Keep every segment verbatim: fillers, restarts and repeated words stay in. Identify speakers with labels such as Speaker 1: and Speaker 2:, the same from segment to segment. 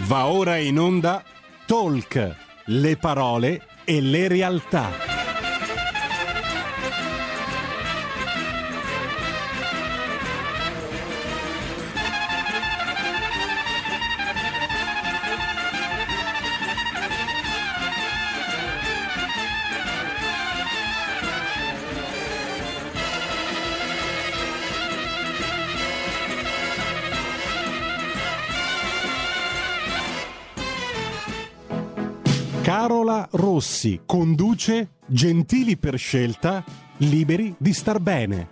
Speaker 1: Va ora in onda Talk, le parole e le realtà. Carola Rossi conduce Gentili per scelta, liberi di star bene.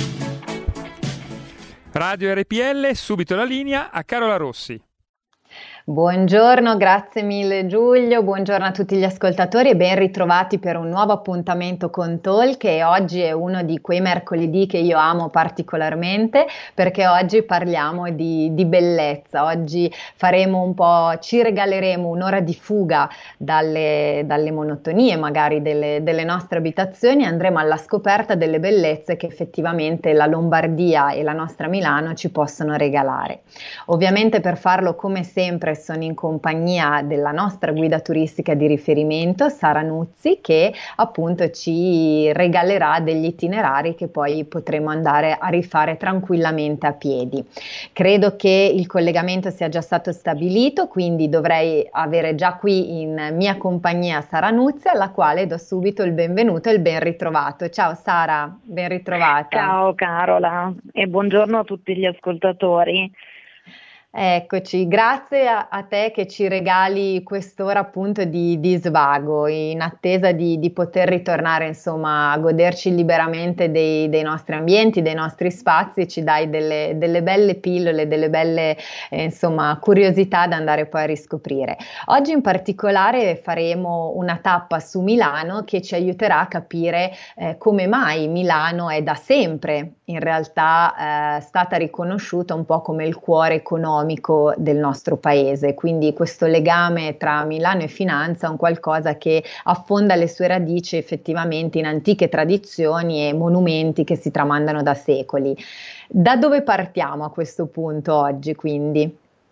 Speaker 2: Radio R P L, subito la linea a Carola Rossi.
Speaker 3: Buongiorno, grazie mille Giulio, buongiorno a tutti gli ascoltatori e ben ritrovati per un nuovo appuntamento con Talk, e oggi è uno di quei mercoledì che io amo particolarmente perché oggi parliamo di, di bellezza. Oggi faremo un po', ci regaleremo un'ora di fuga dalle, dalle monotonie magari delle, delle nostre abitazioni e andremo alla scoperta delle bellezze che effettivamente la Lombardia e la nostra Milano ci possono regalare. Ovviamente per farlo, come sempre, sono in compagnia della nostra guida turistica di riferimento, Sara Nuzzi, che appunto ci regalerà degli itinerari che poi potremo andare a rifare tranquillamente a piedi. Credo che il collegamento sia già stato stabilito, quindi dovrei avere già qui in mia compagnia Sara Nuzzi, alla quale do subito il benvenuto e il ben ritrovato. Ciao Sara, ben ritrovata.
Speaker 4: Ciao Carola e buongiorno a tutti gli ascoltatori.
Speaker 3: Eccoci, grazie a, a te che ci regali quest'ora appunto di, di svago, in attesa di, di poter ritornare insomma a goderci liberamente dei, dei nostri ambienti, dei nostri spazi. Ci dai delle, delle belle pillole, delle belle eh, insomma curiosità da andare poi a riscoprire. Oggi in particolare faremo una tappa su Milano che ci aiuterà a capire eh, come mai Milano è da sempre in realtà eh, stata riconosciuta un po' come il cuore economico del nostro paese, quindi questo legame tra Milano e finanza è un qualcosa che affonda le sue radici effettivamente in antiche tradizioni e monumenti che si tramandano da secoli. Da dove partiamo a questo punto oggi, quindi?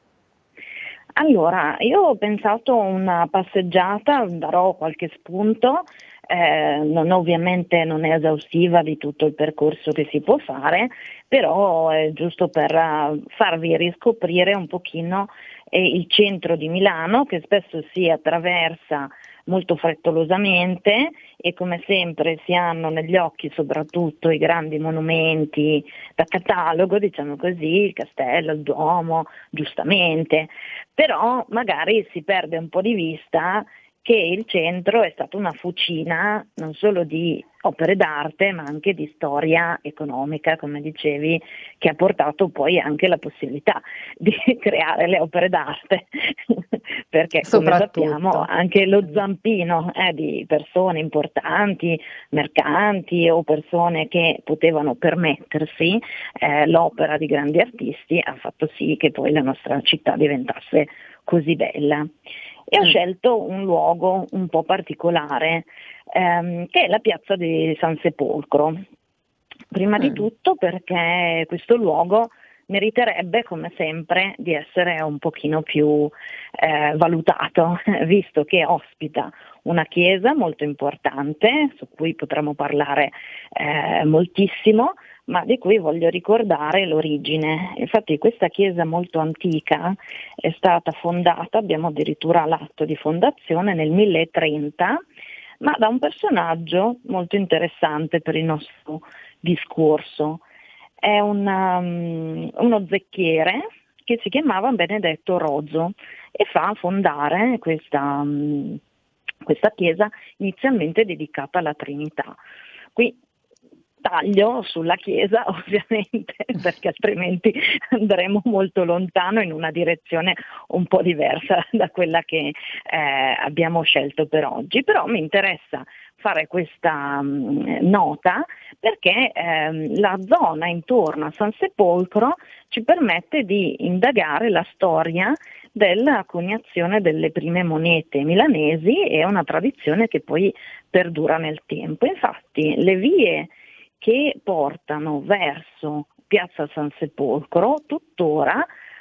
Speaker 4: Allora, io ho pensato una passeggiata, darò qualche spunto. Eh, non, ovviamente non è esaustiva di tutto il percorso che si può fare, però è giusto per uh, farvi riscoprire un pochino eh, il centro di Milano, che spesso si attraversa molto frettolosamente e come sempre si hanno negli occhi soprattutto i grandi monumenti da catalogo, diciamo così, il castello, il Duomo, giustamente, però magari si perde un po' di vista che il centro è stata una fucina non solo di opere d'arte ma anche di storia economica, come dicevi, che ha portato poi anche la possibilità di creare le opere d'arte, perché come sappiamo anche lo zampino eh, di persone importanti, mercanti o persone che potevano permettersi eh, l'opera di grandi artisti ha fatto sì che poi la nostra città diventasse così bella. E ho mm. scelto un luogo un po' particolare, ehm, che è la piazza di San Sepolcro. Prima mm. di tutto perché questo luogo meriterebbe, come sempre, di essere un pochino più eh, valutato, visto che ospita una chiesa molto importante, su cui potremo parlare eh, moltissimo, ma di cui voglio ricordare l'origine. Infatti questa chiesa molto antica è stata fondata, abbiamo addirittura l'atto di fondazione, nel milletrenta, ma da un personaggio molto interessante per il nostro discorso. È una, um, uno zecchiere che si chiamava Benedetto Rozzo e fa fondare questa, um, questa chiesa inizialmente dedicata alla Trinità. Qui taglio sulla chiesa ovviamente perché altrimenti andremo molto lontano in una direzione un po' diversa da quella che eh, abbiamo scelto per oggi, però mi interessa fare questa um, nota perché ehm, la zona intorno a San Sepolcro ci permette di indagare la storia della coniazione delle prime monete milanesi e una tradizione che poi perdura nel tempo. Infatti le vie che portano verso Piazza San Sepolcro tuttora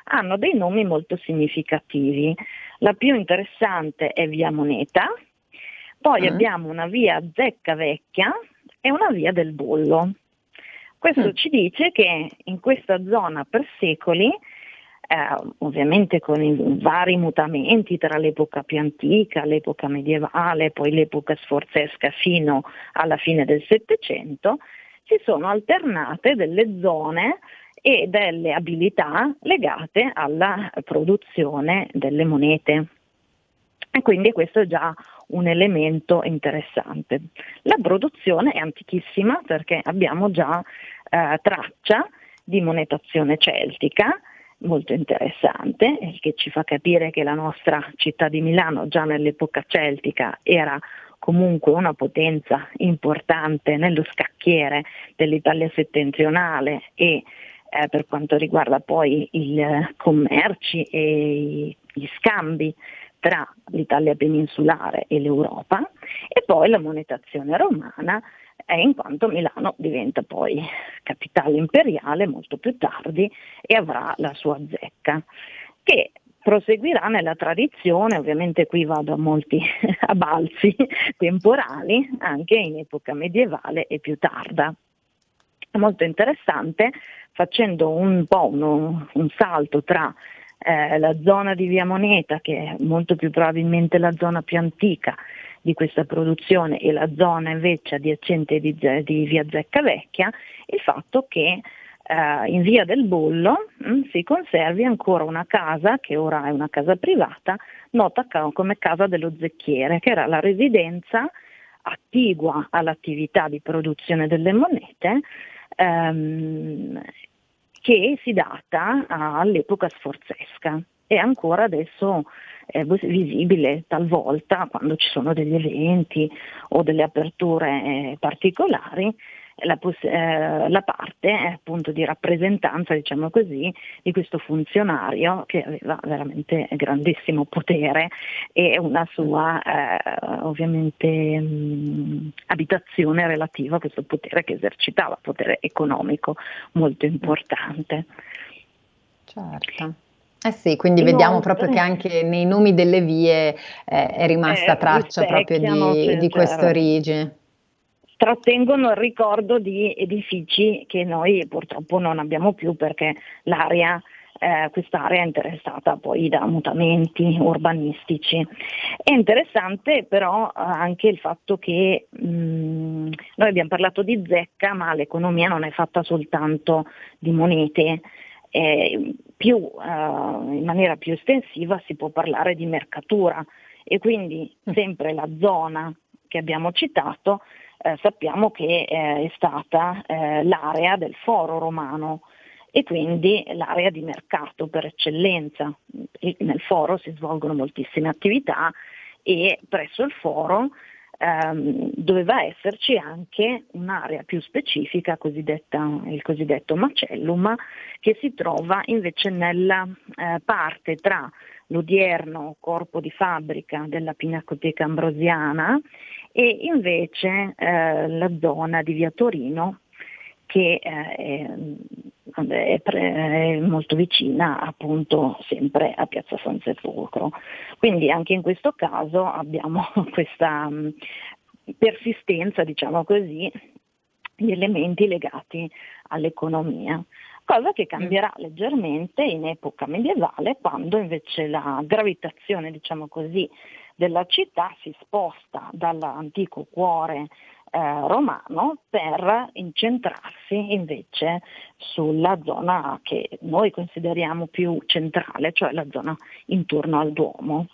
Speaker 4: hanno dei nomi molto significativi. La più interessante è Via Moneta, poi mm. abbiamo una via Zecca Vecchia e una via del Bollo. Questo mm. ci dice che in questa zona per secoli, eh, ovviamente con i vari mutamenti tra l'epoca più antica, l'epoca medievale, poi l'epoca sforzesca fino alla fine del Settecento, si sono alternate delle zone e delle abilità legate alla produzione delle monete. E quindi questo è già un elemento interessante. La produzione è antichissima perché abbiamo già eh, traccia di monetazione celtica, molto interessante, il che ci fa capire che la nostra città di Milano già nell'epoca celtica era comunque una potenza importante nello scacchiere dell'Italia settentrionale e eh, per quanto riguarda poi i eh, commerci e gli scambi tra l'Italia peninsulare e l'Europa, e poi la monetazione romana, eh, in quanto Milano diventa poi capitale imperiale molto più tardi e avrà la sua zecca, che proseguirà nella tradizione, ovviamente qui vado a molti abalzi temporali, anche in epoca medievale e più tarda. È molto interessante, facendo un po' uno, un salto tra eh, la zona di Via Moneta, che è molto più probabilmente la zona più antica di questa produzione, e la zona invece adiacente di, di Via Zecca Vecchia, il fatto che Uh, in Via del Bollo mh, si conservi ancora una casa, che ora è una casa privata, nota ca- come Casa dello Zecchiere, che era la residenza attigua all'attività di produzione delle monete, um, che si data all'epoca sforzesca e ancora adesso è visibile talvolta quando ci sono degli eventi o delle aperture eh, particolari. La, poss- eh, la parte eh, appunto di rappresentanza, diciamo così, di questo funzionario che aveva veramente grandissimo potere e una sua eh, ovviamente mh, abitazione relativa a questo potere che esercitava, potere economico molto importante.
Speaker 3: Certo. Eh sì, quindi Inoltre, vediamo proprio che anche nei nomi delle vie eh, è rimasta
Speaker 4: eh,
Speaker 3: traccia proprio di, di questa origine.
Speaker 4: Trattengono il ricordo di edifici che noi purtroppo non abbiamo più, perché l'area, eh, quest'area è interessata poi da mutamenti urbanistici. È interessante però anche il fatto che mh, noi abbiamo parlato di zecca, ma l'economia non è fatta soltanto di monete. Eh, più, eh, in maniera più estensiva si può parlare di mercatura, e quindi sempre la zona che abbiamo citato eh, sappiamo che eh, è stata eh, l'area del foro romano e quindi l'area di mercato per eccellenza. E nel foro si svolgono moltissime attività e presso il foro ehm, doveva esserci anche un'area più specifica, cosiddetta, il cosiddetto macellum, che si trova invece nella eh, parte tra l'odierno corpo di fabbrica della Pinacoteca Ambrosiana e invece eh, la zona di Via Torino, che eh, è, è, è molto vicina appunto sempre a Piazza San Sepolcro. Quindi anche in questo caso abbiamo questa um, persistenza, diciamo così, di elementi legati all'economia. Cosa che cambierà leggermente in epoca medievale, quando invece la gravitazione, diciamo così, della città si sposta dall'antico cuore eh, romano per incentrarsi invece sulla zona che noi consideriamo più centrale, cioè la zona intorno al Duomo.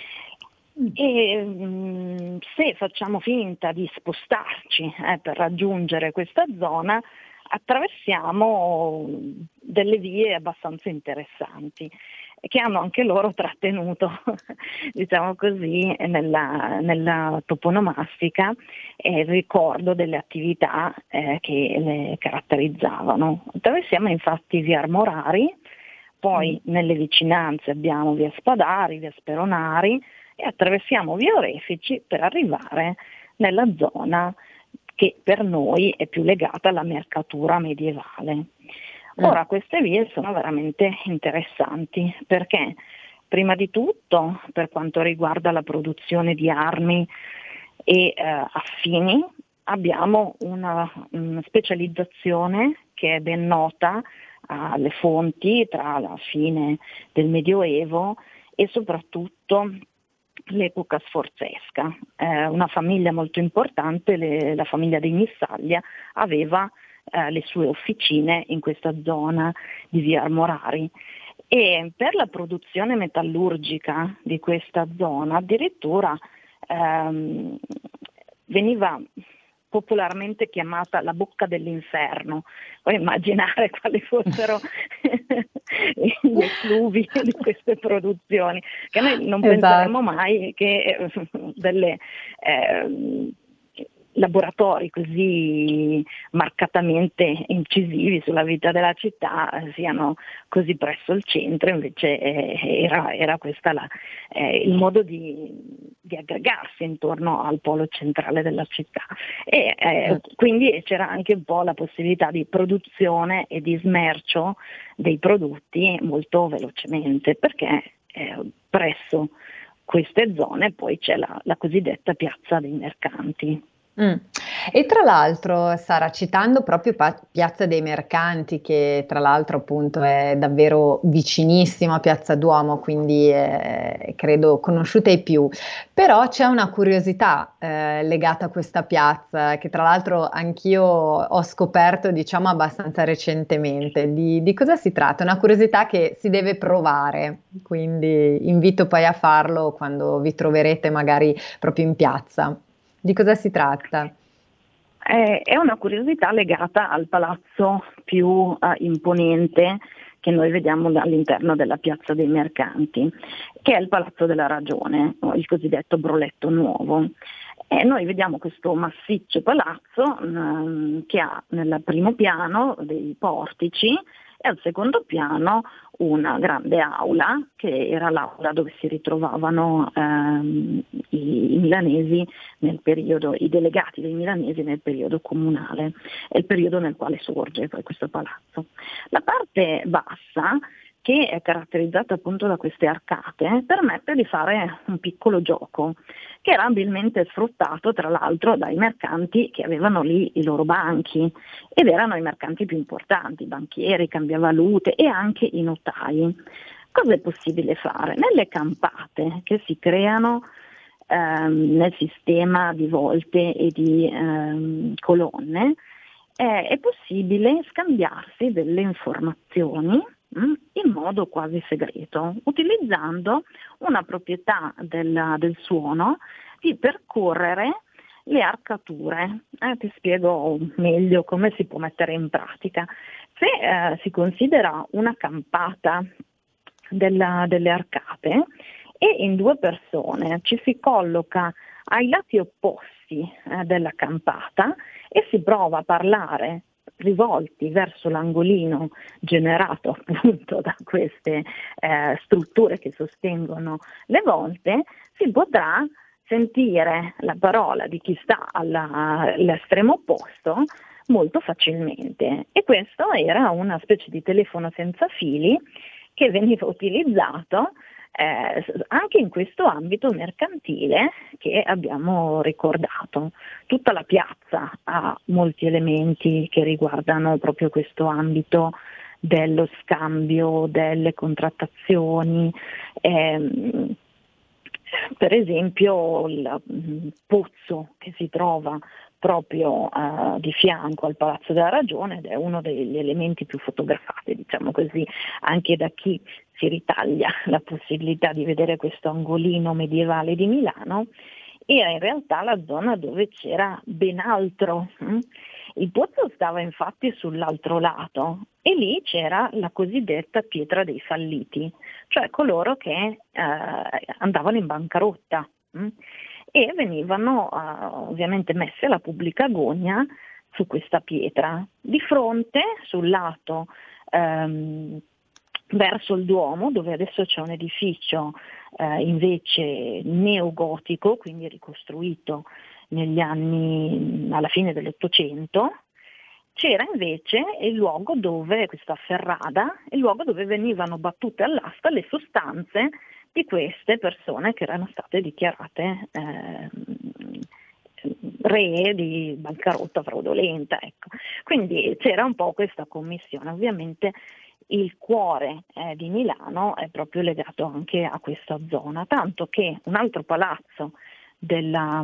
Speaker 4: E mh, se facciamo finta di spostarci eh, per raggiungere questa zona, attraversiamo delle vie abbastanza interessanti che hanno anche loro trattenuto, diciamo così, nella, nella toponomastica eh, il ricordo delle attività eh, che le caratterizzavano. Attraversiamo infatti via Armorari, poi mm. nelle vicinanze abbiamo via Spadari, via Speronari, e attraversiamo via Orefici per arrivare nella zona che per noi è più legata alla mercatura medievale. Ora queste vie sono veramente interessanti perché prima di tutto per quanto riguarda la produzione di armi e eh, affini abbiamo una, una specializzazione che è ben nota alle fonti tra la fine del Medioevo e soprattutto l'epoca sforzesca. Eh, una famiglia molto importante, le, la famiglia dei Missaglia, aveva eh, le sue officine in questa zona di via Armorari e per la produzione metallurgica di questa zona addirittura ehm, veniva popolarmente chiamata la bocca dell'inferno. Puoi immaginare quali fossero gli effluvi di queste produzioni, che noi non
Speaker 3: esatto.
Speaker 4: penseremmo mai che delle eh, laboratori così marcatamente incisivi sulla vita della città siano così presso il centro, invece eh, era, era questo eh, il modo di, di aggregarsi intorno al polo centrale della città e eh, quindi c'era anche un po' la possibilità di produzione e di smercio dei prodotti molto velocemente perché eh, presso queste zone poi c'è la, la cosiddetta piazza dei mercanti.
Speaker 3: Mm. E tra l'altro, Sara, citando proprio pa- Piazza dei Mercanti, che tra l'altro appunto è davvero vicinissima a Piazza Duomo, quindi è, credo conosciuta ai più, però c'è una curiosità eh, legata a questa piazza che tra l'altro anch'io ho scoperto, diciamo, abbastanza recentemente. Di, di cosa si tratta? Una curiosità che si deve provare, quindi invito poi a farlo quando vi troverete magari proprio in piazza. Di cosa si tratta?
Speaker 4: È una curiosità legata al palazzo più uh, imponente che noi vediamo all'interno della Piazza dei Mercanti, che è il Palazzo della Ragione, il cosiddetto Broletto Nuovo. E noi vediamo questo massiccio palazzo um, che ha nel primo piano dei portici e al secondo piano una grande aula, che era l'aula dove si ritrovavano ehm, i, i milanesi nel periodo, i delegati dei milanesi nel periodo comunale, è il periodo nel quale sorge poi questo palazzo. La parte bassa, che è caratterizzata appunto da queste arcate, permette di fare un piccolo gioco che era abilmente sfruttato tra l'altro dai mercanti che avevano lì i loro banchi ed erano i mercanti più importanti, i banchieri, i cambiavalute e anche i notai. Cosa è possibile fare? Nelle campate che si creano ehm, nel sistema di volte e di ehm, colonne eh, è possibile scambiarsi delle informazioni in modo quasi segreto, utilizzando una proprietà del, del suono di percorrere le arcature. Eh, ti spiego meglio come si può mettere in pratica. Se eh, si considera una campata della, delle arcate e in due persone ci si colloca ai lati opposti eh, della campata e si prova a parlare rivolti verso l'angolino generato appunto da queste eh, strutture che sostengono le volte, si potrà sentire la parola di chi sta alla, all'estremo opposto molto facilmente. E questo era una specie di telefono senza fili che veniva utilizzato Eh, anche in questo ambito mercantile che abbiamo ricordato. Tutta la piazza ha molti elementi che riguardano proprio questo ambito dello scambio, delle contrattazioni, ehm, per esempio il mh, pozzo che si trova proprio uh, di fianco al Palazzo della Ragione ed è uno degli elementi più fotografati, diciamo così, anche da chi si ritaglia la possibilità di vedere questo angolino medievale di Milano. Era in realtà la zona dove c'era ben altro. Il pozzo stava infatti sull'altro lato e lì c'era la cosiddetta pietra dei falliti, cioè coloro che eh, andavano in bancarotta mh? e venivano eh, ovviamente messe alla pubblica gogna su questa pietra. Di fronte, sul lato ehm, verso il Duomo, dove adesso c'è un edificio eh, invece neogotico, quindi ricostruito negli anni alla fine dell'Ottocento, c'era invece il luogo dove, questa ferrada, il luogo dove venivano battute all'asta le sostanze di queste persone che erano state dichiarate eh, ree di bancarotta fraudolenta. Ecco. Quindi c'era un po' questa commissione. Ovviamente il cuore eh, di Milano è proprio legato anche a questa zona, tanto che un altro palazzo della,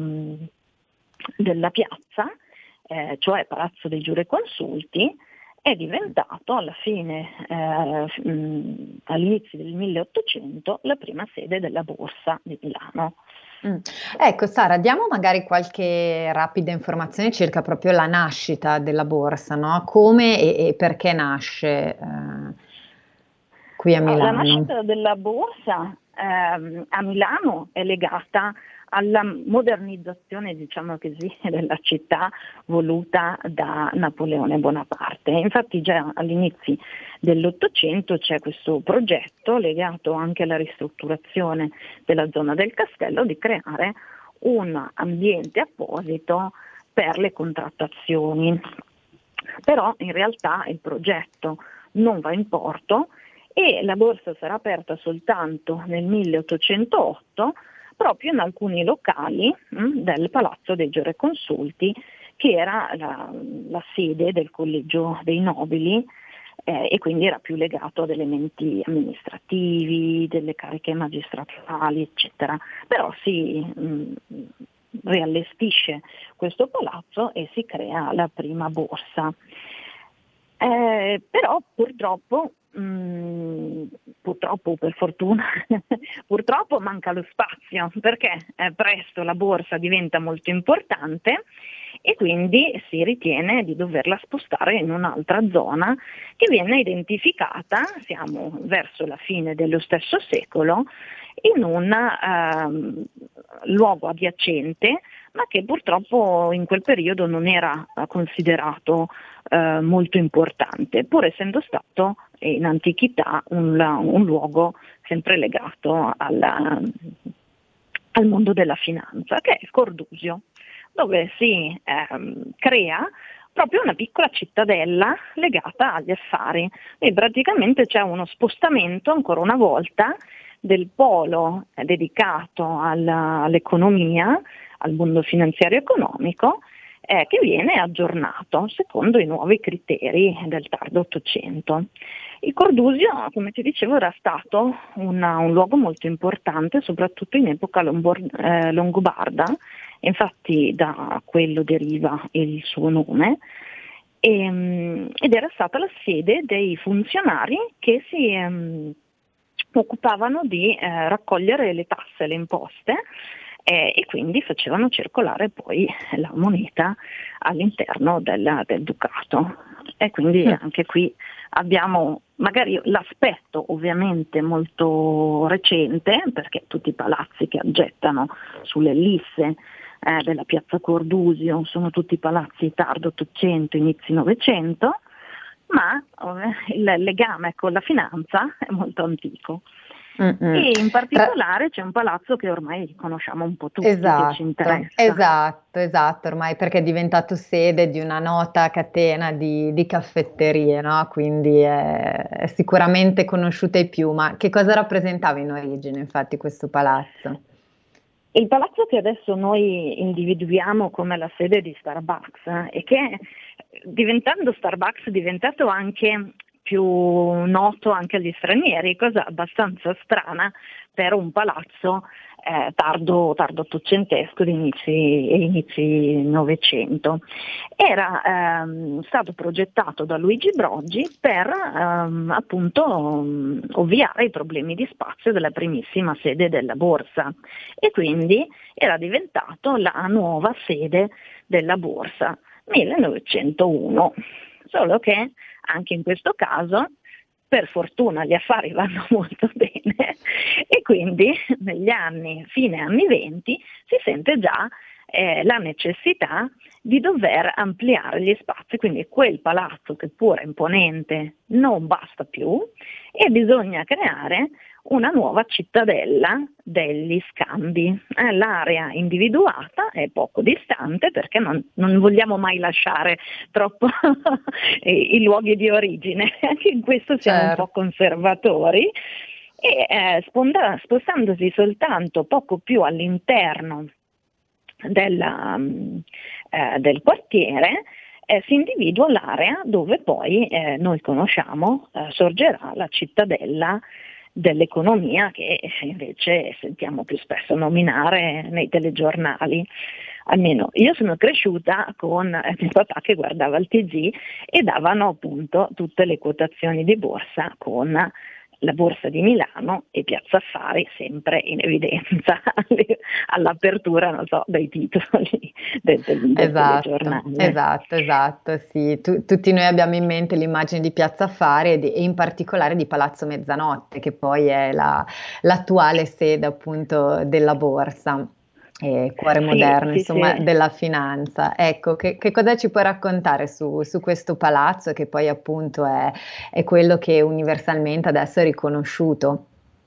Speaker 4: della piazza, eh, cioè Palazzo dei Giureconsulti, è diventato alla fine, eh, mh, all'inizio del milleottocento, la prima sede della Borsa di Milano.
Speaker 3: Mm. Ecco Sara, diamo magari qualche rapida informazione circa proprio la nascita della borsa, no? Come e, e perché nasce eh, qui a Milano?
Speaker 4: La nascita della borsa eh, a Milano è legata alla modernizzazione, diciamo così, della città voluta da Napoleone Bonaparte. Infatti già all'inizio dell'Ottocento c'è questo progetto legato anche alla ristrutturazione della zona del castello di creare un ambiente apposito per le contrattazioni. Però in realtà il progetto non va in porto e la borsa sarà aperta soltanto nel milleottocentootto proprio in alcuni locali mh, del Palazzo dei Giureconsulti, che era la, la sede del Collegio dei Nobili eh, e quindi era più legato ad elementi amministrativi, delle cariche magistratuali, eccetera. Però si mh, riallestisce questo palazzo e si crea la prima borsa. Eh, però purtroppo Mm, purtroppo, per fortuna, purtroppo manca lo spazio, perché eh, presto la borsa diventa molto importante e quindi si ritiene di doverla spostare in un'altra zona che viene identificata, siamo verso la fine dello stesso secolo, in un uh, luogo adiacente, ma che purtroppo in quel periodo non era considerato uh, molto importante, pur essendo stato in antichità un, un luogo sempre legato alla, al mondo della finanza, che è il Cordusio, dove si ehm, crea proprio una piccola cittadella legata agli affari. E praticamente c'è uno spostamento, ancora una volta, del polo eh, dedicato alla, all'economia, al mondo finanziario economico, eh, che viene aggiornato secondo i nuovi criteri del tardo Ottocento. Il Cordusio, come ti dicevo, era stato una, un luogo molto importante, soprattutto in epoca lombor- eh, longobarda, infatti da quello deriva il suo nome, e, ed era stata la sede dei funzionari che si um, occupavano di eh, raccogliere le tasse, le imposte, eh, e quindi facevano circolare poi la moneta all'interno del, del Ducato. E quindi mm. anche qui abbiamo magari l'aspetto ovviamente molto recente, perché tutti i palazzi che aggettano sulle lisse eh, della piazza Cordusio sono tutti palazzi tardo Ottocento, inizi Novecento, ma eh, il legame con la finanza è molto antico. Mm-mm. E in particolare c'è un palazzo che ormai conosciamo un po' tutti,
Speaker 3: esatto,
Speaker 4: che ci interessa.
Speaker 3: Esatto, esatto, ormai perché è diventato sede di una nota catena di, di caffetterie, no? Quindi è, è sicuramente conosciuta ai più, ma che cosa rappresentava in origine infatti questo palazzo?
Speaker 4: Il palazzo che adesso noi individuiamo come la sede di Starbucks eh, e che diventando Starbucks è diventato anche più noto anche agli stranieri, cosa abbastanza strana per un palazzo eh, tardo, tardo ottocentesco di inizi, e inizi Novecento. Era ehm, stato progettato da Luigi Broggi per ehm, appunto um, ovviare i problemi di spazio della primissima sede della borsa e quindi era diventato la nuova sede della borsa, millenovecentouno, solo che anche in questo caso, per fortuna, gli affari vanno molto bene e quindi negli anni, fine anni venti, si sente già eh, la necessità di dover ampliare gli spazi, quindi quel palazzo che pure è imponente non basta più e bisogna creare una nuova cittadella degli scambi. Eh, l'area individuata è poco distante perché non, non vogliamo mai lasciare troppo i, i luoghi di origine, anche in questo siamo certo. un po' conservatori, e eh, sponda, spostandosi soltanto poco più all'interno della, eh, del quartiere, Eh, si individua l'area dove poi eh, noi conosciamo eh, sorgerà la cittadella dell'economia che invece sentiamo più spesso nominare nei telegiornali. Almeno io sono cresciuta con eh, mio papà che guardava il T G e davano appunto tutte le quotazioni di borsa con la Borsa di Milano e Piazza Affari sempre in evidenza all'apertura, non so, dei titoli del, del, del
Speaker 3: esatto,
Speaker 4: telegiornale.
Speaker 3: Esatto, esatto, sì. Tu, tutti noi abbiamo in mente l'immagine di Piazza Affari e, di, e in particolare di Palazzo Mezzanotte, che poi è la, l'attuale sede appunto della Borsa. E cuore moderno, sì, insomma, sì. della finanza. Ecco, che, che cosa ci puoi raccontare su, su questo palazzo che poi appunto è, è quello che universalmente adesso è riconosciuto?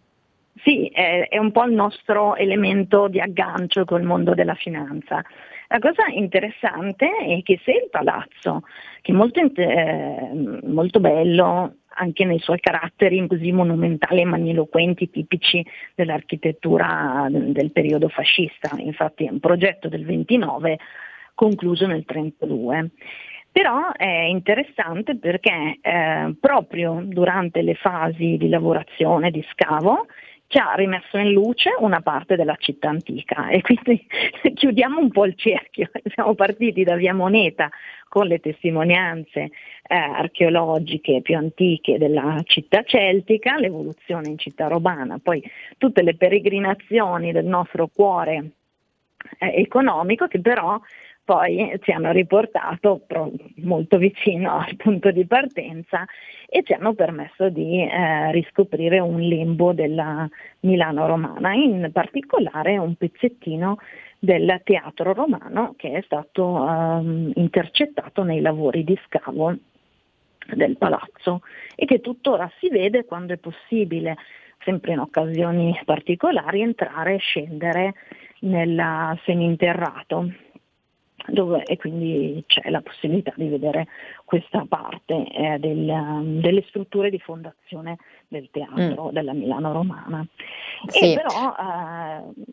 Speaker 4: Sì, è, è un po' il nostro elemento di aggancio col mondo della finanza. La cosa interessante è che se il palazzo, che è molto, eh, molto bello, anche nei suoi caratteri così monumentali e magniloquenti tipici dell'architettura del periodo fascista, infatti è un progetto del ventinove concluso nel trentadue. Però è interessante perché eh, proprio durante le fasi di lavorazione, di scavo, ci ha rimesso in luce una parte della città antica e quindi chiudiamo un po' il cerchio. Siamo partiti da Via Moneta con le testimonianze eh, archeologiche più antiche della città celtica, l'evoluzione in città romana, poi tutte le peregrinazioni del nostro cuore eh, economico che però poi ci hanno riportato pro- molto vicino al punto di partenza e ci hanno permesso di eh, riscoprire un lembo della Milano romana, in particolare un pezzettino del teatro romano che è stato um, intercettato nei lavori di scavo del palazzo e che tuttora si vede quando è possibile, sempre in occasioni particolari, entrare e scendere nel seminterrato, dove e quindi c'è la possibilità di vedere questa parte eh, del, delle strutture di fondazione del teatro mm. della Milano romana. Sì. E però eh,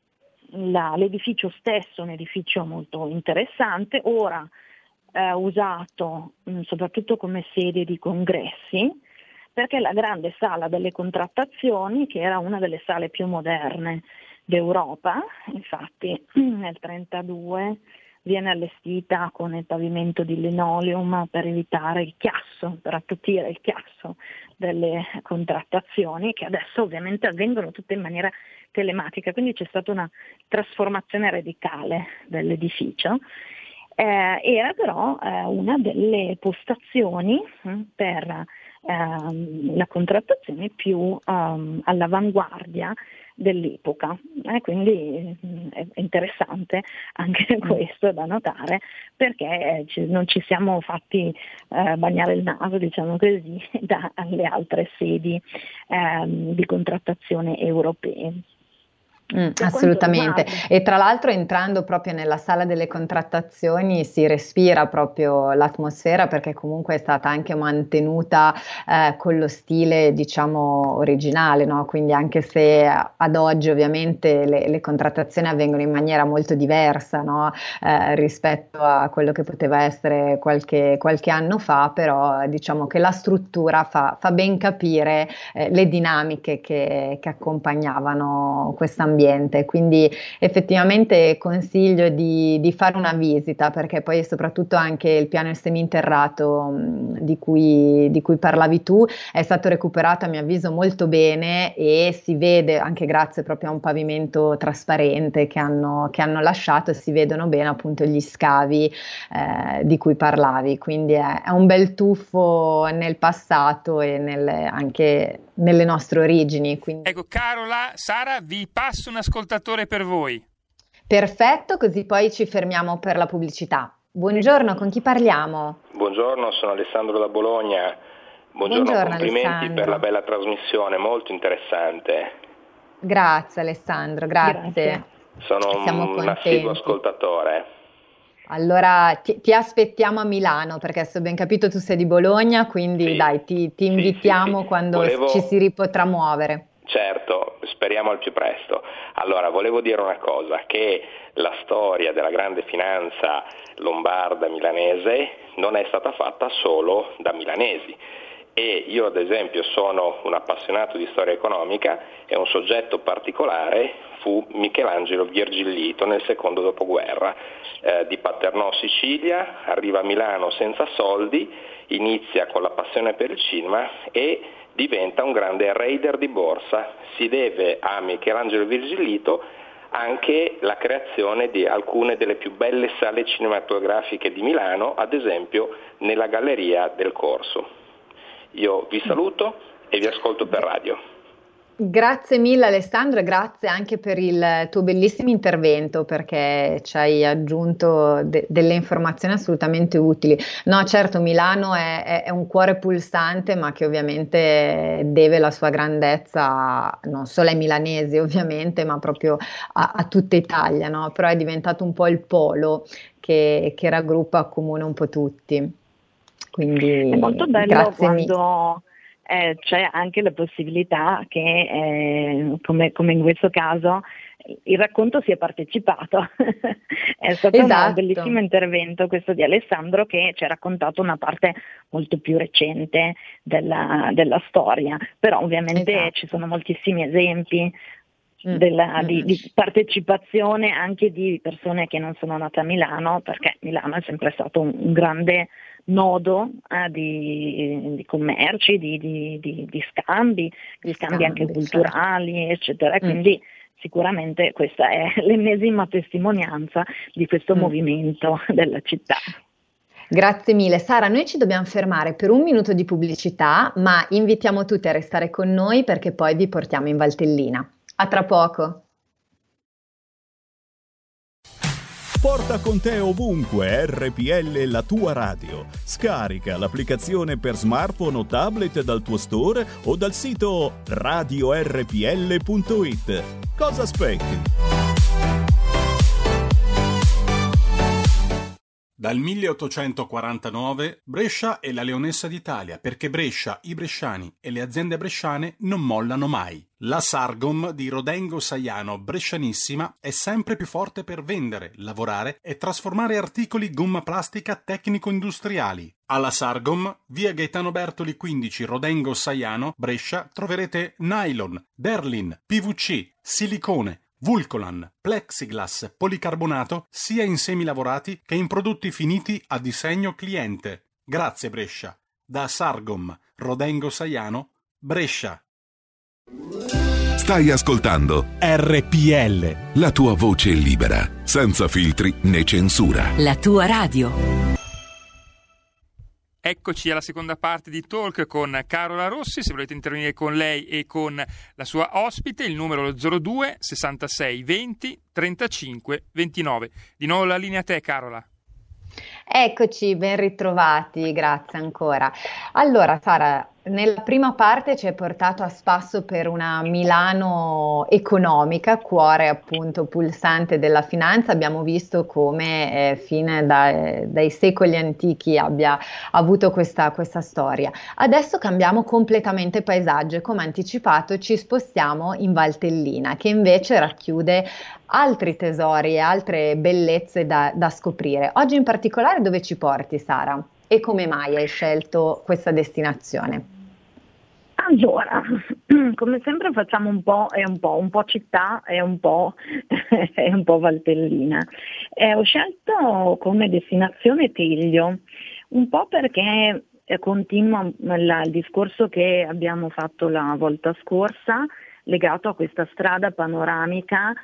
Speaker 4: la, l'edificio stesso è un edificio molto interessante, ora eh, usato mh, soprattutto come sede di congressi, perché la grande sala delle contrattazioni, che era una delle sale più moderne d'Europa, infatti nel trentadue viene allestita con il pavimento di linoleum per evitare il chiasso, per attutire il chiasso delle contrattazioni, che adesso ovviamente avvengono tutte in maniera telematica, quindi c'è stata una trasformazione radicale dell'edificio. Eh, era però eh, una delle postazioni hm, per ehm, la contrattazione più um, all'avanguardia dell'epoca, eh, quindi mh, è interessante anche questo da notare, perché ci, non ci siamo fatti eh, bagnare il naso, diciamo così, dalle altre sedi ehm, di contrattazione europee.
Speaker 3: Mm, assolutamente, e tra l'altro entrando proprio nella sala delle contrattazioni si respira proprio l'atmosfera, perché comunque è stata anche mantenuta eh, con lo stile diciamo originale, no? Quindi anche se ad oggi ovviamente le, le contrattazioni avvengono in maniera molto diversa, no? eh, rispetto a quello che poteva essere qualche, qualche anno fa, però diciamo che la struttura fa, fa ben capire eh, le dinamiche che, che accompagnavano questa ambiente. Quindi effettivamente consiglio di, di fare una visita, perché poi soprattutto anche il piano seminterrato mh, di cui, di cui parlavi tu è stato recuperato a mio avviso molto bene e si vede anche grazie proprio a un pavimento trasparente che hanno, che hanno lasciato, e si vedono bene appunto gli scavi eh, di cui parlavi, quindi è, è un bel tuffo nel passato e nel, anche nelle nostre origini. Quindi...
Speaker 2: Ecco, Carola, Sara, vi passo un ascoltatore per voi.
Speaker 3: Perfetto, così poi ci fermiamo per la pubblicità. Buongiorno, con chi parliamo?
Speaker 5: Buongiorno, sono Alessandro da Bologna. Buongiorno,
Speaker 3: Buongiorno,
Speaker 5: complimenti
Speaker 3: Alessandro.
Speaker 5: per la bella trasmissione, molto interessante.
Speaker 3: Grazie Alessandro, grazie.
Speaker 4: Grazie.
Speaker 5: Sono
Speaker 3: Siamo
Speaker 5: un assiduo
Speaker 3: contenti.
Speaker 5: ascoltatore.
Speaker 3: Allora ti, ti aspettiamo a Milano, perché se ho ben capito tu sei di Bologna, quindi
Speaker 5: Sì,
Speaker 3: dai, ti, ti
Speaker 5: sì,
Speaker 3: invitiamo
Speaker 5: sì, sì.
Speaker 3: quando
Speaker 5: Volevo-
Speaker 3: ci si ripotrà muovere.
Speaker 5: Certo, speriamo al più presto. Allora, volevo dire una cosa, che la storia della grande finanza lombarda milanese non è stata fatta solo da milanesi. E io ad esempio sono un appassionato di storia economica e un soggetto particolare fu Michelangelo Virgillito nel secondo dopoguerra, eh, di Paternò, Sicilia, arriva a Milano senza soldi, inizia con la passione per il cinema e diventa un grande raider di borsa. Si deve a Michelangelo Virgillito anche la creazione di alcune delle più belle sale cinematografiche di Milano, ad esempio nella Galleria del Corso. Io vi saluto e vi ascolto per radio.
Speaker 3: Grazie mille Alessandro e grazie anche per il tuo bellissimo intervento, perché ci hai aggiunto de- delle informazioni assolutamente utili. No, certo, Milano è, è- è un cuore pulsante, ma che ovviamente deve la sua grandezza non solo ai milanesi ovviamente, ma proprio a, a tutta Italia, no? Però è diventato un po' il polo che, che raggruppa, accomuna un po' tutti. Quindi
Speaker 4: È molto bello
Speaker 3: grazie mille.
Speaker 4: quando eh, c'è anche la possibilità che, eh, come, come in questo caso, il racconto sia partecipato. È stato
Speaker 3: Esatto.
Speaker 4: un bellissimo intervento questo di Alessandro, che ci ha raccontato una parte molto più recente della, della storia, però ovviamente
Speaker 3: Esatto.
Speaker 4: ci sono moltissimi esempi
Speaker 3: Mm,
Speaker 4: della-
Speaker 3: mm,
Speaker 4: di,
Speaker 3: mm.
Speaker 4: di partecipazione anche di persone che non sono nate a Milano, perché Milano è sempre stato un, un grande nodo eh, di, di commerci, di, di- di- di scambi, di
Speaker 3: Di
Speaker 4: scambi anche
Speaker 3: scambi,
Speaker 4: culturali, eccetera. E
Speaker 3: Mm.
Speaker 4: quindi sicuramente questa è l'ennesima testimonianza di questo
Speaker 3: Mm.
Speaker 4: movimento della città.
Speaker 3: Grazie mille. Sara, noi ci dobbiamo fermare per un minuto di pubblicità, ma invitiamo tutti a restare con noi perché poi vi portiamo in Valtellina. A tra poco.
Speaker 6: Porta con te ovunque R P L, la tua radio. Scarica l'applicazione per smartphone o tablet dal tuo store o dal sito radio r p l punto i t. Cosa aspetti?
Speaker 1: Dal milleottocentoquarantanove Brescia è la leonessa d'Italia, perché Brescia, i bresciani e le aziende bresciane non mollano mai. La Sargom di Rodengo Saiano, brescianissima, è sempre più forte per vendere, lavorare e trasformare articoli gomma plastica tecnico-industriali. Alla Sargom, via Gaetano Bertoli quindici, Rodengo Saiano, Brescia, troverete nylon, Berlin, P V C, silicone, Vulcolan, plexiglass, policarbonato, sia in semi lavorati che in prodotti finiti a disegno cliente. Grazie Brescia. Da Sargom, Rodengo Saiano, Brescia.
Speaker 7: Stai ascoltando
Speaker 1: R P L.
Speaker 7: la tua voce libera, senza filtri né censura.
Speaker 8: La tua radio.
Speaker 2: Eccoci alla seconda parte di Talk con Carola Rossi. Se volete intervenire con lei e con la sua ospite, il numero è lo zero due sessantasei venti trentacinque ventinove. Di nuovo la linea a te, Carola.
Speaker 3: Eccoci, ben ritrovati, grazie ancora. Allora, Sara, nella prima parte ci hai portato a spasso per una Milano economica, cuore appunto pulsante della finanza. Abbiamo visto come eh, fine da- dai secoli antichi abbia avuto questa, questa storia. Adesso cambiamo completamente paesaggio e come anticipato ci spostiamo in Valtellina, che invece racchiude altri tesori e altre bellezze da, da scoprire. Oggi in particolare dove ci porti, Sara? E come mai hai scelto questa destinazione?
Speaker 4: Allora, come sempre facciamo un po' e un po', un po' città e un po', e un po' Valtellina. Eh, ho scelto come destinazione Teglio, un po' perché eh, continua il, il discorso che abbiamo fatto la volta scorsa, legato a questa strada panoramica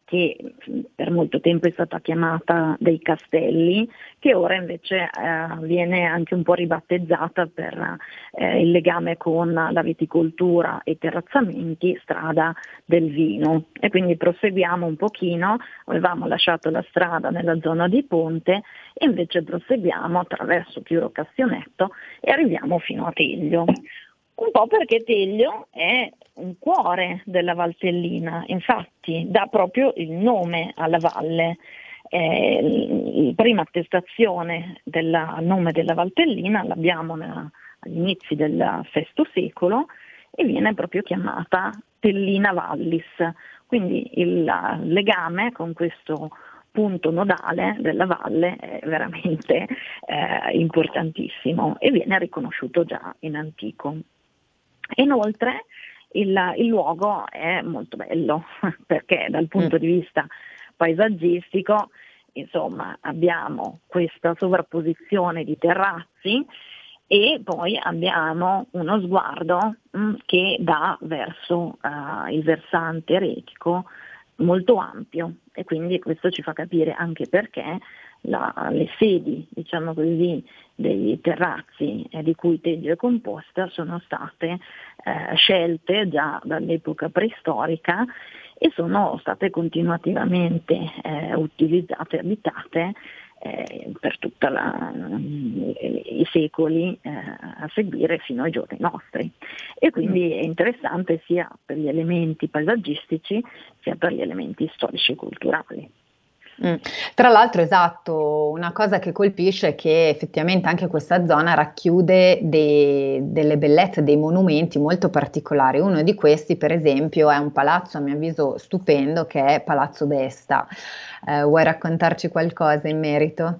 Speaker 4: che per molto tempo è stata chiamata dei Castelli, che ora invece eh, viene anche un po' ribattezzata per eh, il legame con la viticoltura e i terrazzamenti, strada del vino. E quindi proseguiamo un pochino, avevamo lasciato la strada nella zona di Ponte e invece proseguiamo attraverso Chiuro Castionetto e arriviamo fino a Teglio. Un po' perché Teglio è un cuore della Valtellina, infatti dà proprio il nome alla valle. Eh, la prima attestazione del nome della Valtellina l'abbiamo nella, agli inizi del sesto secolo e viene proprio chiamata Tellina Vallis, quindi il legame con questo punto nodale della valle è veramente eh, importantissimo e viene riconosciuto già in antico. Inoltre il, il luogo è molto bello perché dal punto mm. di vista paesaggistico, insomma, abbiamo questa sovrapposizione di terrazzi e poi abbiamo uno sguardo mh, che dà verso uh, il versante retico molto ampio e quindi questo ci fa capire anche perché la, le sedi, diciamo così, dei terrazzi eh, di cui Teglio è composta sono state eh, scelte già dall'epoca preistorica e sono state continuativamente eh, utilizzate e abitate eh, per tutti i secoli eh, a seguire fino ai giorni nostri. E quindi è interessante sia per gli elementi paesaggistici sia per gli elementi storici e culturali.
Speaker 3: Mm. Tra l'altro, esatto, una cosa che colpisce è che effettivamente anche questa zona racchiude dei, delle bellezze, dei monumenti molto particolari. Uno di questi, per esempio, è un palazzo a mio avviso stupendo che è Palazzo Vesta. Eh, vuoi raccontarci qualcosa in merito?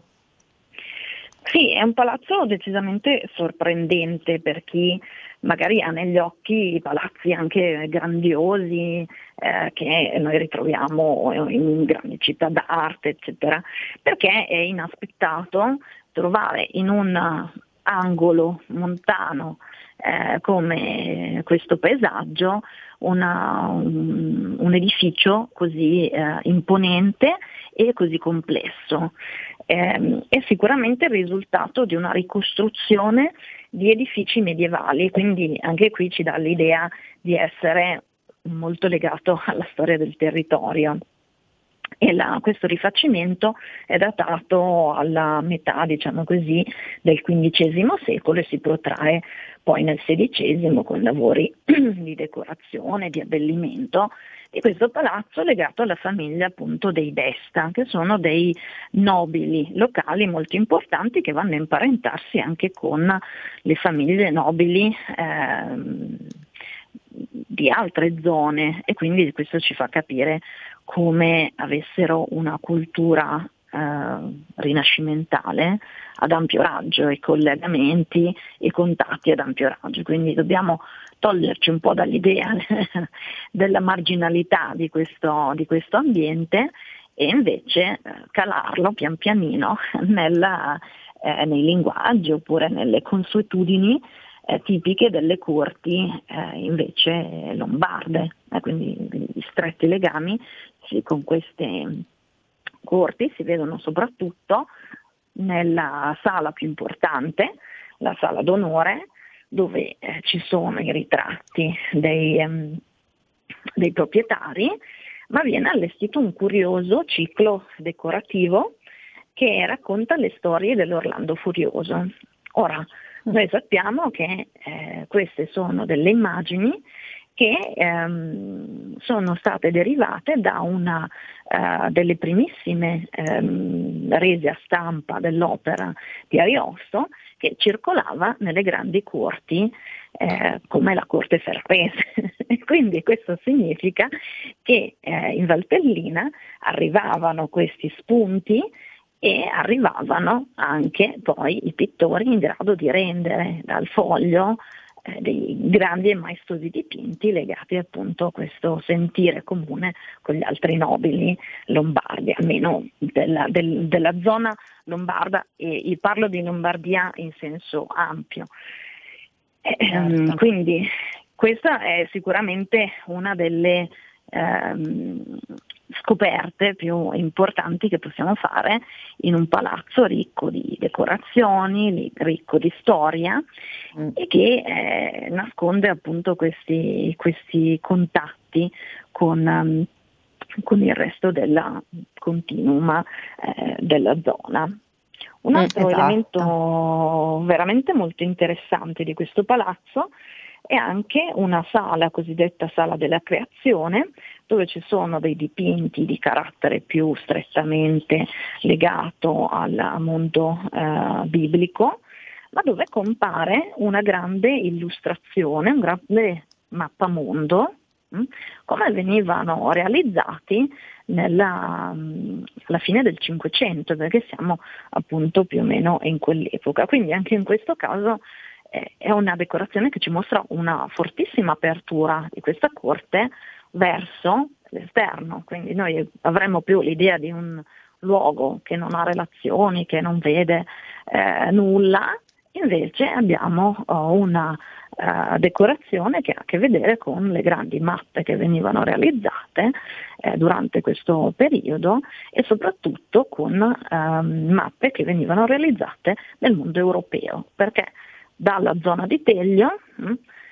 Speaker 4: Sì, è un palazzo decisamente sorprendente per chi magari ha negli occhi palazzi anche grandiosi eh, che noi ritroviamo in grandi città d'arte, eccetera, perché è inaspettato trovare in un angolo montano eh, come questo paesaggio una, un, un edificio così eh, imponente e così complesso. Eh, è sicuramente il risultato di una ricostruzione di edifici medievali, quindi anche qui ci dà l'idea di essere molto legato alla storia del territorio. E la, questo rifacimento è datato alla metà, diciamo così, del quindicesimo secolo e si protrae poi nel sedicesimo con lavori di decorazione, di abbellimento di questo palazzo legato alla famiglia appunto dei Vesta, che sono dei nobili locali molto importanti che vanno a imparentarsi anche con le famiglie nobili eh, di altre zone e quindi questo ci fa capire come avessero una cultura eh, rinascimentale ad ampio raggio e collegamenti e contatti ad ampio raggio, quindi dobbiamo toglierci un po' dall'idea della marginalità di questo, di questo ambiente e invece eh, calarlo pian pianino nella, eh, nei linguaggi oppure nelle consuetudini eh, tipiche delle corti eh, invece lombarde, eh, quindi gli stretti legami sì, con queste corti si vedono soprattutto nella sala più importante, la sala d'onore, dove eh, ci sono i ritratti dei, um, dei proprietari, ma viene allestito un curioso ciclo decorativo che racconta le storie dell'Orlando Furioso. Ora, noi sappiamo che eh, queste sono delle immagini che ehm, sono state derivate da una uh, delle primissime ehm, rese a stampa dell'opera di Ariosto che circolava nelle grandi corti eh, come la corte ferrarese. E quindi questo significa che eh, in Valtellina arrivavano questi spunti e arrivavano anche poi i pittori in grado di rendere dal foglio eh, dei grandi e maestosi dipinti legati appunto a questo sentire comune con gli altri nobili lombardi, almeno della, del, della zona lombarda, e parlo di Lombardia in senso ampio. Certo. Eh, quindi questa è sicuramente una delle ehm, scoperte più importanti che possiamo fare in un palazzo ricco di decorazioni, ricco di storia mm. e che eh, nasconde appunto questi, questi contatti con, um, con il resto del continuum eh, della zona. Un altro esatto. elemento veramente molto interessante di questo palazzo è anche una sala, cosiddetta sala della creazione, dove ci sono dei dipinti di carattere più strettamente legato al mondo eh, biblico, ma dove compare una grande illustrazione, un grande mappamondo, mh, come venivano realizzati nella, mh, alla fine del Cinquecento, perché siamo appunto più o meno in quell'epoca. Quindi anche in questo caso è una decorazione che ci mostra una fortissima apertura di questa corte verso l'esterno, quindi noi avremmo più l'idea di un luogo che non ha relazioni, che non vede eh, nulla, invece abbiamo oh, una uh, decorazione che ha a che vedere con le grandi mappe che venivano realizzate eh, durante questo periodo e soprattutto con uh, mappe che venivano realizzate nel mondo europeo, perché dalla zona di Teglio mh,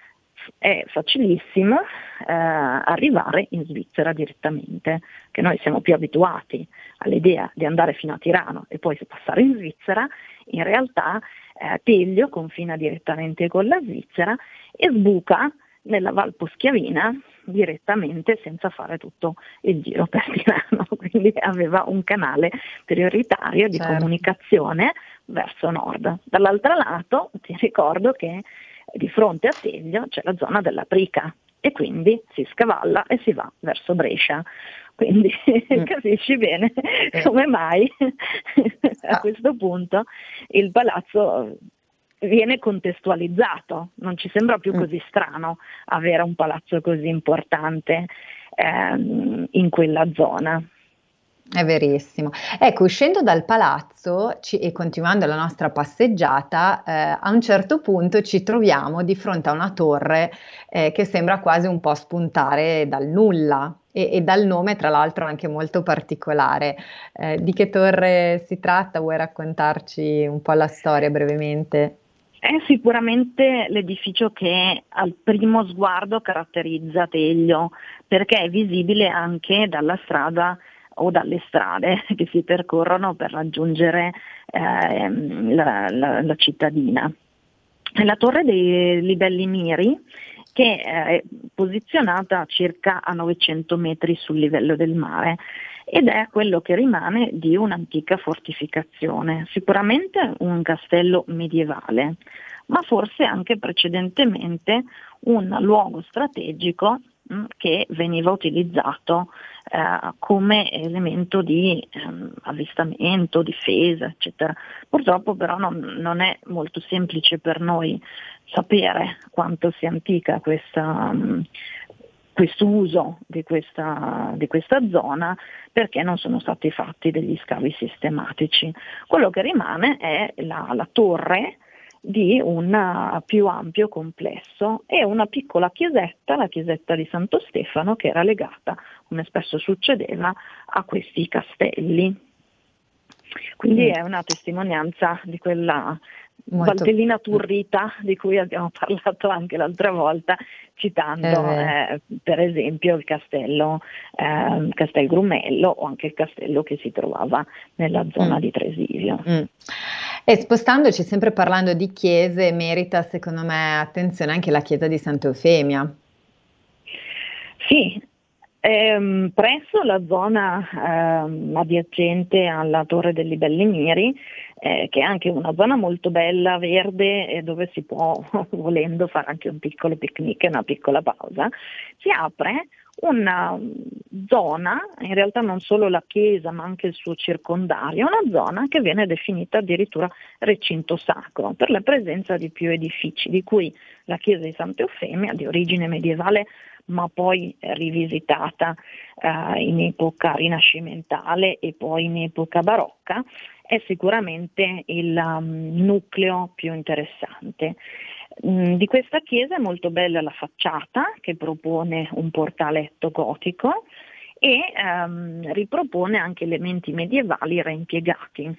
Speaker 4: è facilissimo eh, arrivare in Svizzera direttamente, che noi siamo più abituati all'idea di andare fino a Tirano e poi passare in Svizzera. In realtà eh, Teglio confina direttamente con la Svizzera e sbuca nella Val Poschiavina direttamente senza fare tutto il giro per Tirano, quindi aveva un canale prioritario di certo. comunicazione verso nord. Dall'altro lato ti ricordo che di fronte a Teglio c'è la zona della Prica e quindi si scavalla e si va verso Brescia. Quindi mm. capisci bene eh. come mai a questo punto il palazzo viene contestualizzato, non ci sembra più mm. così strano avere un palazzo così importante ehm, in quella zona.
Speaker 3: È verissimo. Ecco, uscendo dal palazzo ci, e continuando la nostra passeggiata, eh, a un certo punto ci troviamo di fronte a una torre eh, che sembra quasi un po' spuntare dal nulla e, e dal nome, tra l'altro, anche molto particolare. Eh, di che torre si tratta? Vuoi raccontarci un po' la storia brevemente?
Speaker 4: È sicuramente l'edificio che al primo sguardo caratterizza Teglio, perché è visibile anche dalla strada o dalle strade che si percorrono per raggiungere eh, la, la, la cittadina. È la Torre dei Libelli Miri, che è posizionata circa a novecento metri sul livello del mare ed è quello che rimane di un'antica fortificazione, sicuramente un castello medievale, ma forse anche precedentemente un luogo strategico mh, che veniva utilizzato eh, come elemento di ehm, avvistamento, difesa, eccetera. Purtroppo però non, non è molto semplice per noi sapere quanto sia antica questa mh, questo uso di questa, di questa zona, perché non sono stati fatti degli scavi sistematici. Quello che rimane è la, la torre di un più ampio complesso e una piccola chiesetta, la chiesetta di Santo Stefano, che era legata, come spesso succedeva, a questi castelli. Quindi mm. è una testimonianza di quella Molto... Valtellina turrita di cui abbiamo parlato anche l'altra volta, citando eh. Eh, per esempio il castello eh, Castel Grumello o anche il castello che si trovava nella zona mm. di Tresilio.
Speaker 3: Mm. E spostandoci, sempre parlando di chiese, merita secondo me attenzione anche la chiesa di Santa Eufemia.
Speaker 4: Sì, ehm, presso la zona ehm, adiacente alla Torre dei Libelli Miri, eh, che è anche una zona molto bella, verde, e dove si può, volendo, fare anche un piccolo picnic e una piccola pausa, si apre una zona, in realtà non solo la chiesa ma anche il suo circondario, una zona che viene definita addirittura recinto sacro per la presenza di più edifici, di cui la chiesa di Santa Eufemia, di origine medievale ma poi rivisitata eh, in epoca rinascimentale e poi in epoca barocca, è sicuramente il um, nucleo più interessante. Mm, di questa chiesa è molto bella la facciata, che propone un portaletto gotico, e ehm, ripropone anche elementi medievali reimpiegati.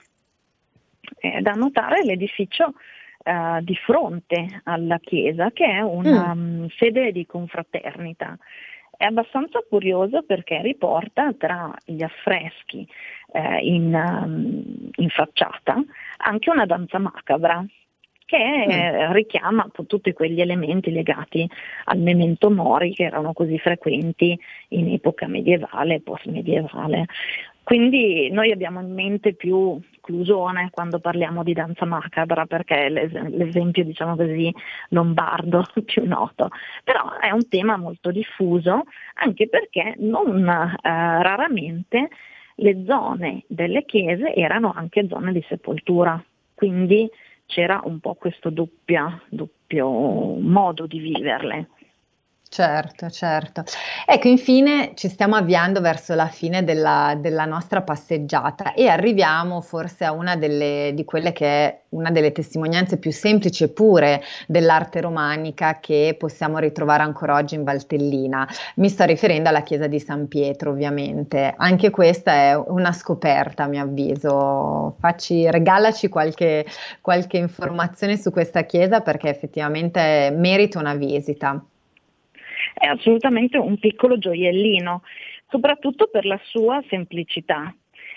Speaker 4: È da notare l'edificio eh, di fronte alla chiesa, che è una mm. um, sede di confraternita. È abbastanza curioso perché riporta tra gli affreschi eh, in, um, in facciata anche una danza macabra, che eh, richiama tutti quegli elementi legati al memento mori che erano così frequenti in epoca medievale e post-medievale. Quindi noi abbiamo in mente più Clusone quando parliamo di danza macabra, perché è l'es- l'esempio, diciamo così, lombardo più noto, però è un tema molto diffuso, anche perché non eh, raramente le zone delle chiese erano anche zone di sepoltura, quindi c'era un po' questo doppia, doppio modo di viverle.
Speaker 3: Certo, certo. Ecco, infine ci stiamo avviando verso la fine della, della nostra passeggiata e arriviamo forse a una delle, di quelle che è una delle testimonianze più semplici e pure dell'arte romanica che possiamo ritrovare ancora oggi in Valtellina. Mi sto riferendo alla chiesa di San Pietro, ovviamente. Anche questa è una scoperta, a mio avviso. Facci, regalaci qualche, qualche informazione su questa chiesa, perché effettivamente merita una visita.
Speaker 4: È assolutamente un piccolo gioiellino, soprattutto per la sua semplicità.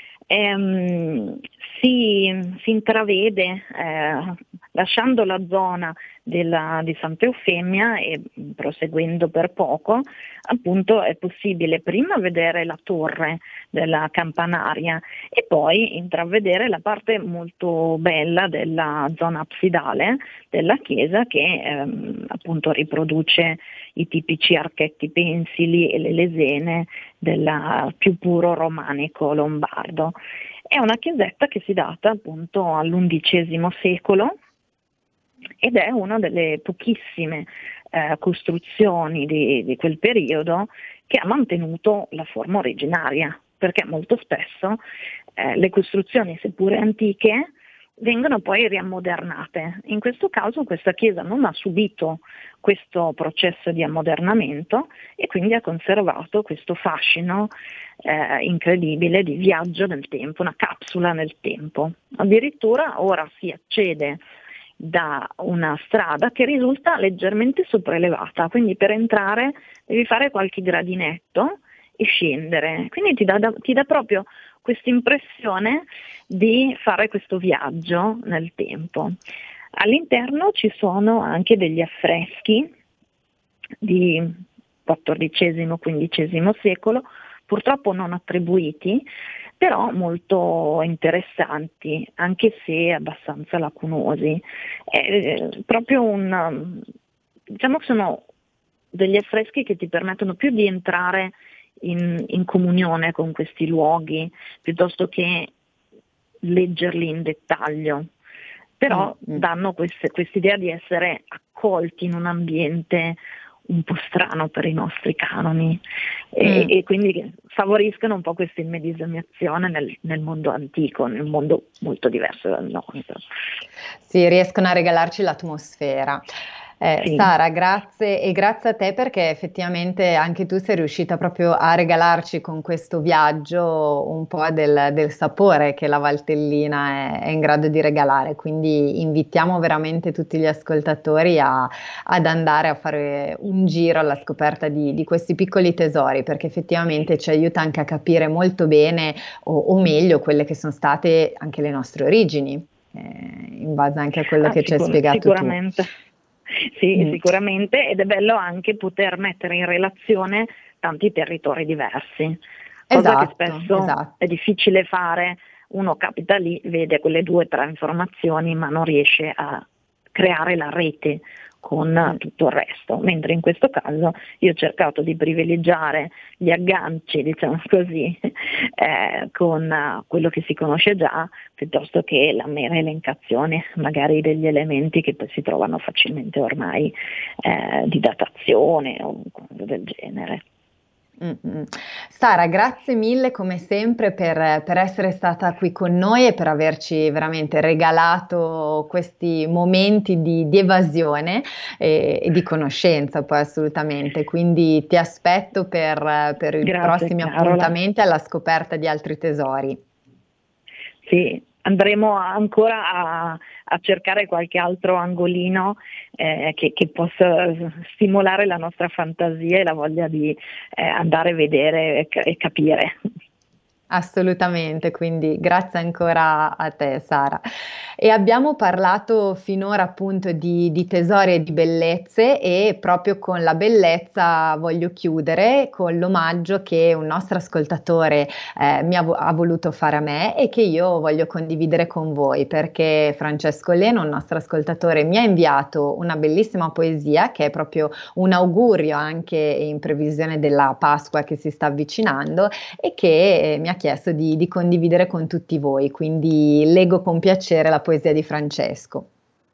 Speaker 4: Ehm, si, si intravede, eh, lasciando la zona della, di Santa Eufemia e proseguendo per poco, appunto è possibile prima vedere la torre della campanaria e poi intravedere la parte molto bella della zona absidale della chiesa, che ehm, appunto riproduce i tipici archetti pensili e le lesene del più puro romanico lombardo. È una chiesetta che si data appunto all'undicesimo secolo ed è una delle pochissime eh, costruzioni di, di quel periodo che ha mantenuto la forma originaria, perché molto spesso eh, le costruzioni, seppure antiche, vengono poi riammodernate. In questo caso questa chiesa non ha subito questo processo di ammodernamento e quindi ha conservato questo fascino eh, incredibile di viaggio nel tempo, una capsula nel tempo. Addirittura ora si accede da una strada che risulta leggermente sopraelevata, quindi per entrare devi fare qualche gradinetto e scendere, quindi ti dà, ti dà proprio questa impressione di fare questo viaggio nel tempo. All'interno ci sono anche degli affreschi di quattordicesimo quindicesimo secolo, purtroppo non attribuiti, però molto interessanti, anche se abbastanza lacunosi. È proprio un, diciamo che sono degli affreschi che ti permettono più di entrare in, in comunione con questi luoghi, piuttosto che leggerli in dettaglio, però mm. danno questa idea di essere accolti in un ambiente un po' strano per i nostri canoni e, mm. e quindi favoriscono un po' questa immedesimazione nel, nel mondo antico, nel mondo molto diverso dal nostro.
Speaker 3: Sì, riescono a regalarci l'atmosfera. Eh, sì. Sara, grazie e grazie a te, perché effettivamente anche tu sei riuscita proprio a regalarci con questo viaggio un po' del, del sapore che la Valtellina è, è in grado di regalare, quindi invitiamo veramente tutti gli ascoltatori a, ad andare a fare un giro alla scoperta di, di questi piccoli tesori, perché effettivamente ci aiuta anche a capire molto bene o, o meglio quelle che sono state anche le nostre origini, eh, in base anche a quello
Speaker 4: ah,
Speaker 3: che
Speaker 4: sicur-
Speaker 3: ci hai spiegato
Speaker 4: sicuramente.
Speaker 3: tu.
Speaker 4: Sì, mm. sicuramente, ed è bello anche poter mettere in relazione tanti territori diversi, cosa
Speaker 3: esatto,
Speaker 4: che spesso
Speaker 3: esatto.
Speaker 4: è difficile fare. Uno capita lì, vede quelle due o tre informazioni, ma non riesce a creare la rete con tutto il resto, mentre in questo caso io ho cercato di privilegiare gli agganci, diciamo così, eh, con quello che si conosce già, piuttosto che la mera elencazione magari degli elementi che poi si trovano facilmente ormai eh, di datazione o cose del genere.
Speaker 3: Mm-mm. Sara, grazie mille come sempre per, per essere stata qui con noi e per averci veramente regalato questi momenti di, di evasione e, e di conoscenza poi assolutamente, quindi ti aspetto per, per i
Speaker 4: Grazie,
Speaker 3: prossimi
Speaker 4: Carola.
Speaker 3: appuntamenti alla scoperta di altri tesori.
Speaker 4: Sì, andremo ancora a, a cercare qualche altro angolino eh, che, che possa stimolare la nostra fantasia e la voglia di eh, andare a vedere e, e capire.
Speaker 3: Assolutamente, quindi grazie ancora a te, Sara. E abbiamo parlato finora appunto di, di tesori e di bellezze e proprio con la bellezza voglio chiudere con l'omaggio che un nostro ascoltatore eh, mi ha, ha voluto fare a me e che io voglio condividere con voi, perché Francesco Leno, un nostro ascoltatore, mi ha inviato una bellissima poesia che è proprio un augurio anche in previsione della Pasqua che si sta avvicinando e che eh, mi ha chiesto di, di condividere con tutti voi, quindi leggo con piacere la poesia di Francesco.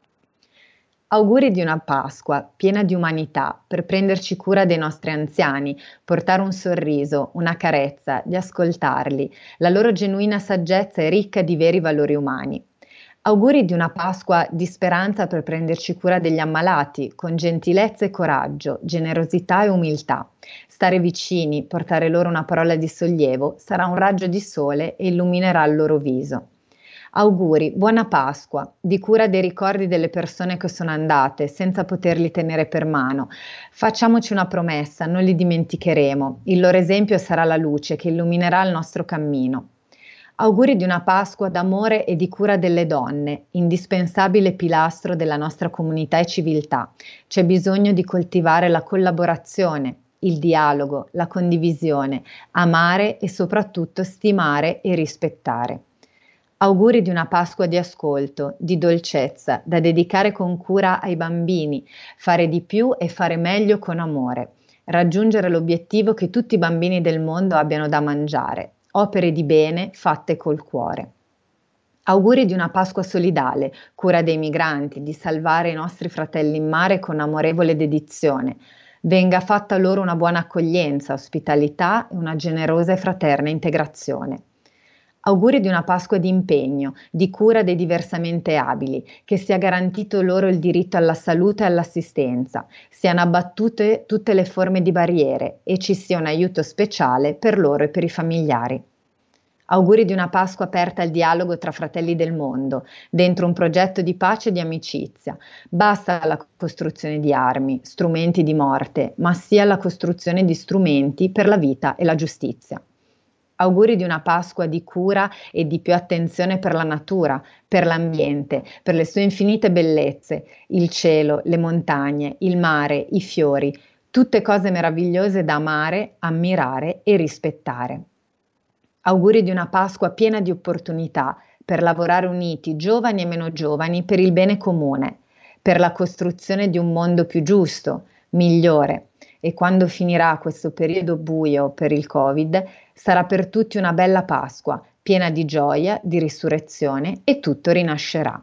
Speaker 3: Auguri di una Pasqua piena di umanità per prenderci cura dei nostri anziani, portare un sorriso, una carezza, di ascoltarli. La loro genuina saggezza è ricca di veri valori umani. Auguri di una Pasqua di speranza per prenderci cura degli ammalati, con gentilezza e coraggio, generosità e umiltà. Stare vicini, portare loro una parola di sollievo, sarà un raggio di sole e illuminerà il loro viso. Auguri, buona Pasqua, di cura dei ricordi delle persone che sono andate, senza poterli tenere per mano. Facciamoci una promessa, non li dimenticheremo. Il loro esempio sarà la luce che illuminerà il nostro cammino. Auguri di una Pasqua d'amore e di cura delle donne, indispensabile pilastro della nostra comunità e civiltà. C'è bisogno di coltivare la collaborazione, il dialogo, la condivisione, amare e soprattutto stimare e rispettare. Auguri di una Pasqua di ascolto, di dolcezza, da dedicare con cura ai bambini, fare di più e fare meglio con amore, raggiungere l'obiettivo che tutti i bambini del mondo abbiano da mangiare. Opere di bene fatte col cuore. Auguri di una Pasqua solidale, cura dei migranti, di salvare i nostri fratelli in mare con amorevole dedizione. Venga fatta loro una buona accoglienza, ospitalità e una generosa e fraterna integrazione. Auguri di una Pasqua di impegno, di cura dei diversamente abili, che sia garantito loro il diritto alla salute e all'assistenza, siano abbattute tutte le forme di barriere e ci sia un aiuto speciale per loro e per i familiari. Auguri di una Pasqua aperta al dialogo tra fratelli del mondo, dentro un progetto di pace e di amicizia. Basta la costruzione di armi, strumenti di morte, ma sia la costruzione di strumenti per la vita e la giustizia. Auguri di una Pasqua di cura e di più attenzione per la natura, per l'ambiente, per le sue infinite bellezze, il cielo, le montagne, il mare, i fiori, tutte cose meravigliose da amare, ammirare e rispettare. Auguri di una Pasqua piena di opportunità per lavorare uniti, giovani e meno giovani, per il bene comune, per la costruzione di un mondo più giusto, migliore. E quando finirà questo periodo buio per il Covid, sarà per tutti una bella Pasqua, piena di gioia, di risurrezione e tutto rinascerà.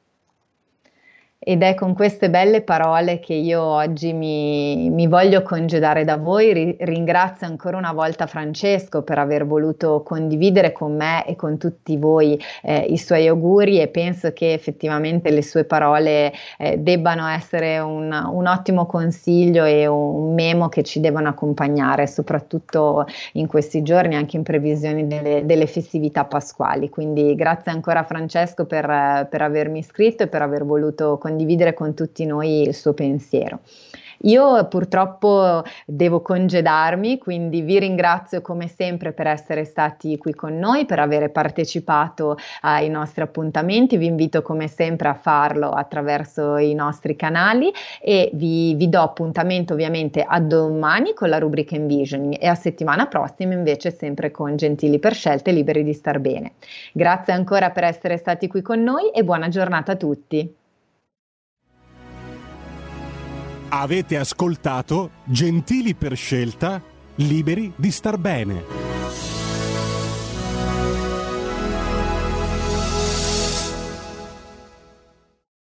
Speaker 3: Ed è con queste belle parole che io oggi mi, mi voglio congedare da voi. Ri, ringrazio ancora una volta Francesco per aver voluto condividere con me e con tutti voi eh, i suoi auguri e penso che effettivamente le sue parole eh, debbano essere un, un ottimo consiglio e un memo che ci devono accompagnare, soprattutto in questi giorni, anche in previsione delle, delle festività pasquali. Quindi grazie ancora Francesco per, per avermi iscritto e per aver voluto condividere condividere con tutti noi il suo pensiero. Io purtroppo devo congedarmi, quindi vi ringrazio come sempre per essere stati qui con noi, per aver partecipato ai nostri appuntamenti. Vi invito come sempre a farlo attraverso i nostri canali e vi, vi do appuntamento ovviamente a domani con la rubrica Envisioning e a settimana prossima invece sempre con Gentili per scelte, liberi di star bene. Grazie ancora per essere stati qui con noi e buona giornata a tutti.
Speaker 1: Avete ascoltato Gentili per scelta, liberi di star bene.